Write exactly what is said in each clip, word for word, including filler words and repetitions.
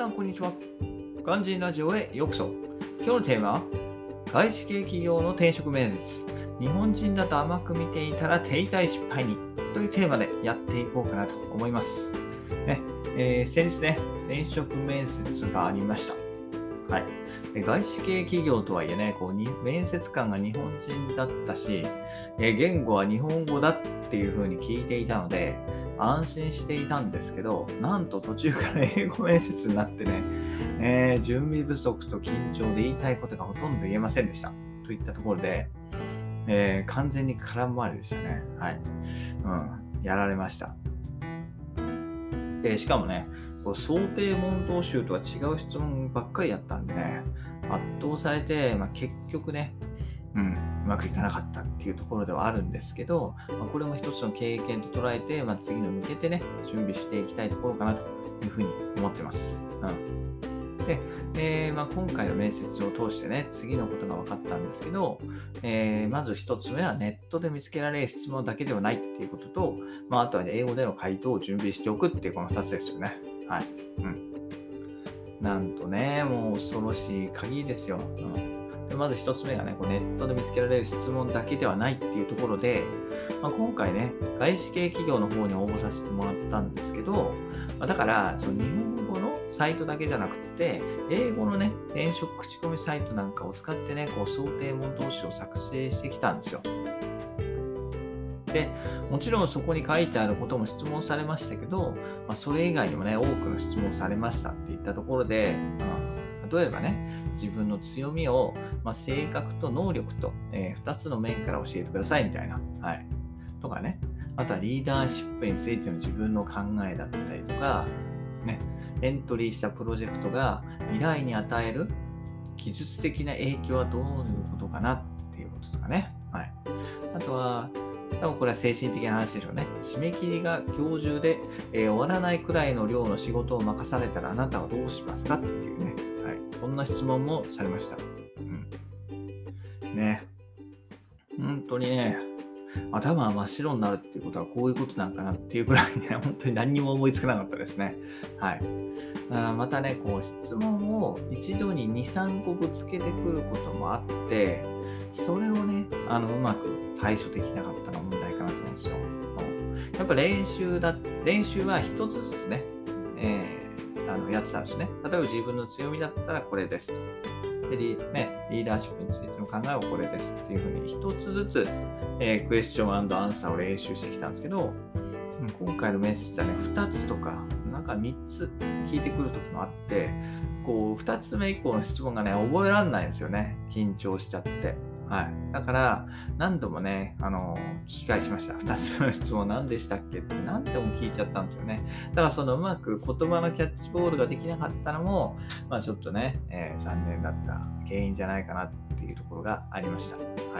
さんこんにちは。ガンジーラジオへようこそ。今日のテーマは、外資系企業の転職面接。日本人だと甘く見ていたら停滞失敗にというテーマでやっていこうかなと思います。ねえー、先日ね、転職面接がありました。はい。外資系企業とはいえね、こうに面接官が日本人だったし、えー言語は日本語だっていう風に聞いていたので、安心していたんですけど、なんと途中から英語面接になってね、えー準備不足と緊張で言いたいことがほとんど言えませんでした。といったところで、えー完全に空回りでしたね。はい。うん。やられました。で、しかもね、こう想定問答集とは違う質問ばっかりやったんでね、圧倒されて、まあ、結局ね、うん、うまくいかなかったっていうところではあるんですけど、まあ、これも一つの経験と捉えて、まあ、次の向けてね、準備していきたいところかなというふうに思ってます。うん、で、えーまあ、今回の面接を通してね、次のことが分かったんですけど、えーまず一つ目はネットで見つけられる質問だけではないっていうことと、まあ、あとは、ね、英語での回答を準備しておくっていうこのふたつですよね。はい。うん。なんとね、もう恐ろしい限りですよ。うん、でまず一つ目がね、こうネットで見つけられる質問だけではないっていうところで、まあ、今回ね、外資系企業の方に応募させてもらったんですけど、まあ、だから、その日本語のサイトだけじゃなくて、英語のね、転職口コミサイトなんかを使ってね、こう想定問答集を作成してきたんですよ。で、もちろんそこに書いてあることも質問されましたけど、まあ、それ以外にもね、多くの質問されましたっていったところで、まあ、例えばね、自分の強みを、まあ、性格と能力と、えー、ふたつの面から教えてくださいみたいな。はい。とかね。あとはリーダーシップについての自分の考えだったりとか、ね、エントリーしたプロジェクトが未来に与える技術的な影響はどういうことかなっていうこととかね。はい。あとは、多分これは精神的な話でしょうね。締め切りが今日中で、えー終わらないくらいの量の仕事を任されたらあなたはどうしますかっていうね。はい。そんな質問もされました。うん。ね。本当にね、頭は真っ白になるっていうことはこういうことなんかなっていうぐらいね、本当に何にも思いつかなかったですね。はい。あまたね、こう質問を一度にに、さんこぶつけてくることもあって、それをね、あのうまく対処できなかったのが問題かなと思うんですよ。うんやっぱ練習だ、練習は一つずつね、えーあのやってたんですね。例えば自分の強みだったらこれですと。でリ,、ね、リーダーシップについての考えはこれですっていうふうに一つずつ、えークエスチョン&アンサーを練習してきたんですけど、うん今回の面接はね、ふたつとか、なんかみっつ聞いてくるときもあって、こう、ふたつめ以降の質問がね、覚えられないんですよね。緊張しちゃって。はい。だから、何度もね、あの、聞き返しました。ふたつめの質問何でしたっけって何度も聞いちゃったんですよね。だからそのうまく言葉のキャッチボールができなかったのも、まあちょっとね、えー残念だった原因じゃないかなっていうところがありました。はい。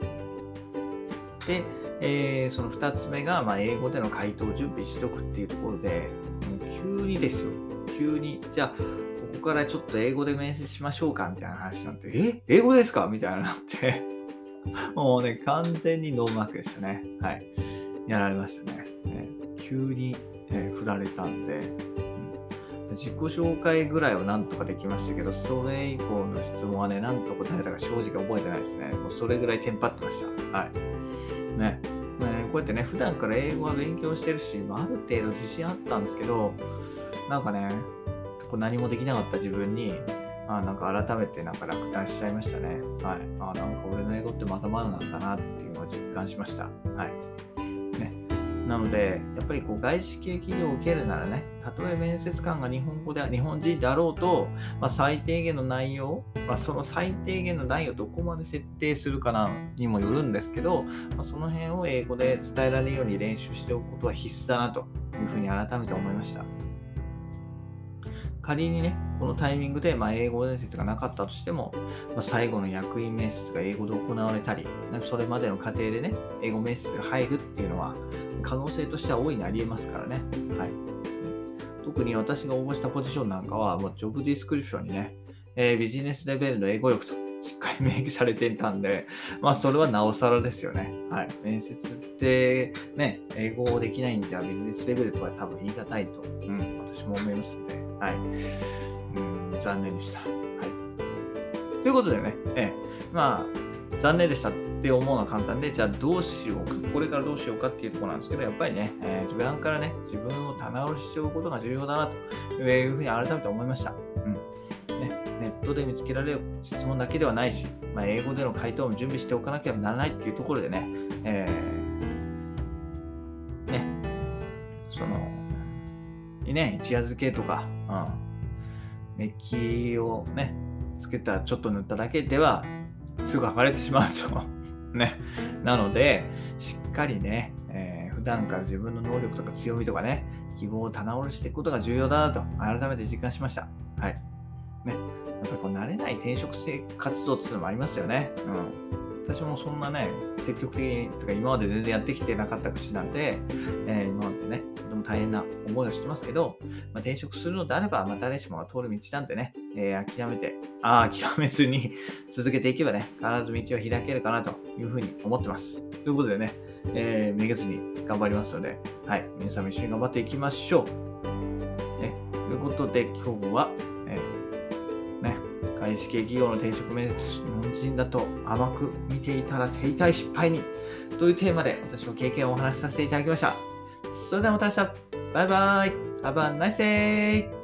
で、えーそのふたつめが、まあ、英語での回答を準備しておくっていうところで、もう急にですよ。急に、じゃあ、ここからちょっと英語で面接しましょうかみたいな話になって、え英語ですかみたいななって、もうね、完全にノーマークでしたね。はい。やられましたね。えー急に、えー振られたんで、うん自己紹介ぐらいはなんとかできましたけど、それ以降の質問はね、なんと答えたか正直覚えてないですね。もうそれぐらいテンパってました。はい。ね。ねこうやってね、普段から英語は勉強してるし、まあ、ある程度自信あったんですけど、なんかね、こう何もできなかった自分に、あなんか改めてなんか落胆しちゃいましたね。はい。あなんか俺の英語ってまだまだなんだなっていうのを実感しました。はい。ね。なので、やっぱりこう外資系企業を受けるならね、たとえ面接官が日本語で日本人であろうと、まあ、最低限の内容、まあ、その最低限の内容をどこまで設定するかなにもよるんですけど、まあ、その辺を英語で伝えられるように練習しておくことは必須だなというふうに改めて思いました。仮にね、このタイミングで、まあ、英語面接がなかったとしても、まあ、最後の役員面接が英語で行われたり、それまでの過程でね、英語面接が入るっていうのは、可能性としては大いにありえますからね。はい。特に私が応募したポジションなんかは、もうジョブディスクリプションにね、えービジネスレベルの英語力としっかり明記されていたんで、まあそれはなおさらですよね。はい。面接ってね、英語できないんじゃビジネスレベルとは多分言い難いと、うん、 私も思いますので、はい。うん、残念でした。はい。ということでね、ええ、まあ、残念でしたって思うのは簡単で、じゃあどうしようか、これからどうしようかっていうところなんですけど、やっぱりね、えー、自分からね、自分を棚卸ししておくことが重要だなというふうに改めて思いました。うん。ね、ネットで見つけられる質問だけではないし、まあ、英語での回答も準備しておかなければならないっていうところでね、えー、ね、その、ね、一夜漬けとか、うん、メッキをね、つけた、ちょっと塗っただけでは、すぐ剥がれてしまうと。ね。なので、しっかりね、えー、普段から自分の能力とか強みとかね、希望を棚卸ししていくことが重要だなと、改めて実感しました。はい。ね。やっぱりこう慣れない転職活動っていうのもありますよね。うん。私もそんなね、積極的に、とか今まで全然やってきてなかった口なんで、えー、今までね、とても大変な思いをしてますけど、まあ、転職するのであれば、まあ、誰しもが通る道なんでね、えー、諦めて、ああ、諦めずに続けていけばね、必ず道を開けるかなというふうに思ってます。ということでね、えー、めげずに頑張りますので、はい、皆さんも一緒に頑張っていきましょう。ね、ということで、今日は、えー、ね、外資系企業の転職面接、日本人だと甘く見ていたら停滞失敗にというテーマで私の経験をお話しさせていただきました。それではまた明日、バイバイ、Have a nice day!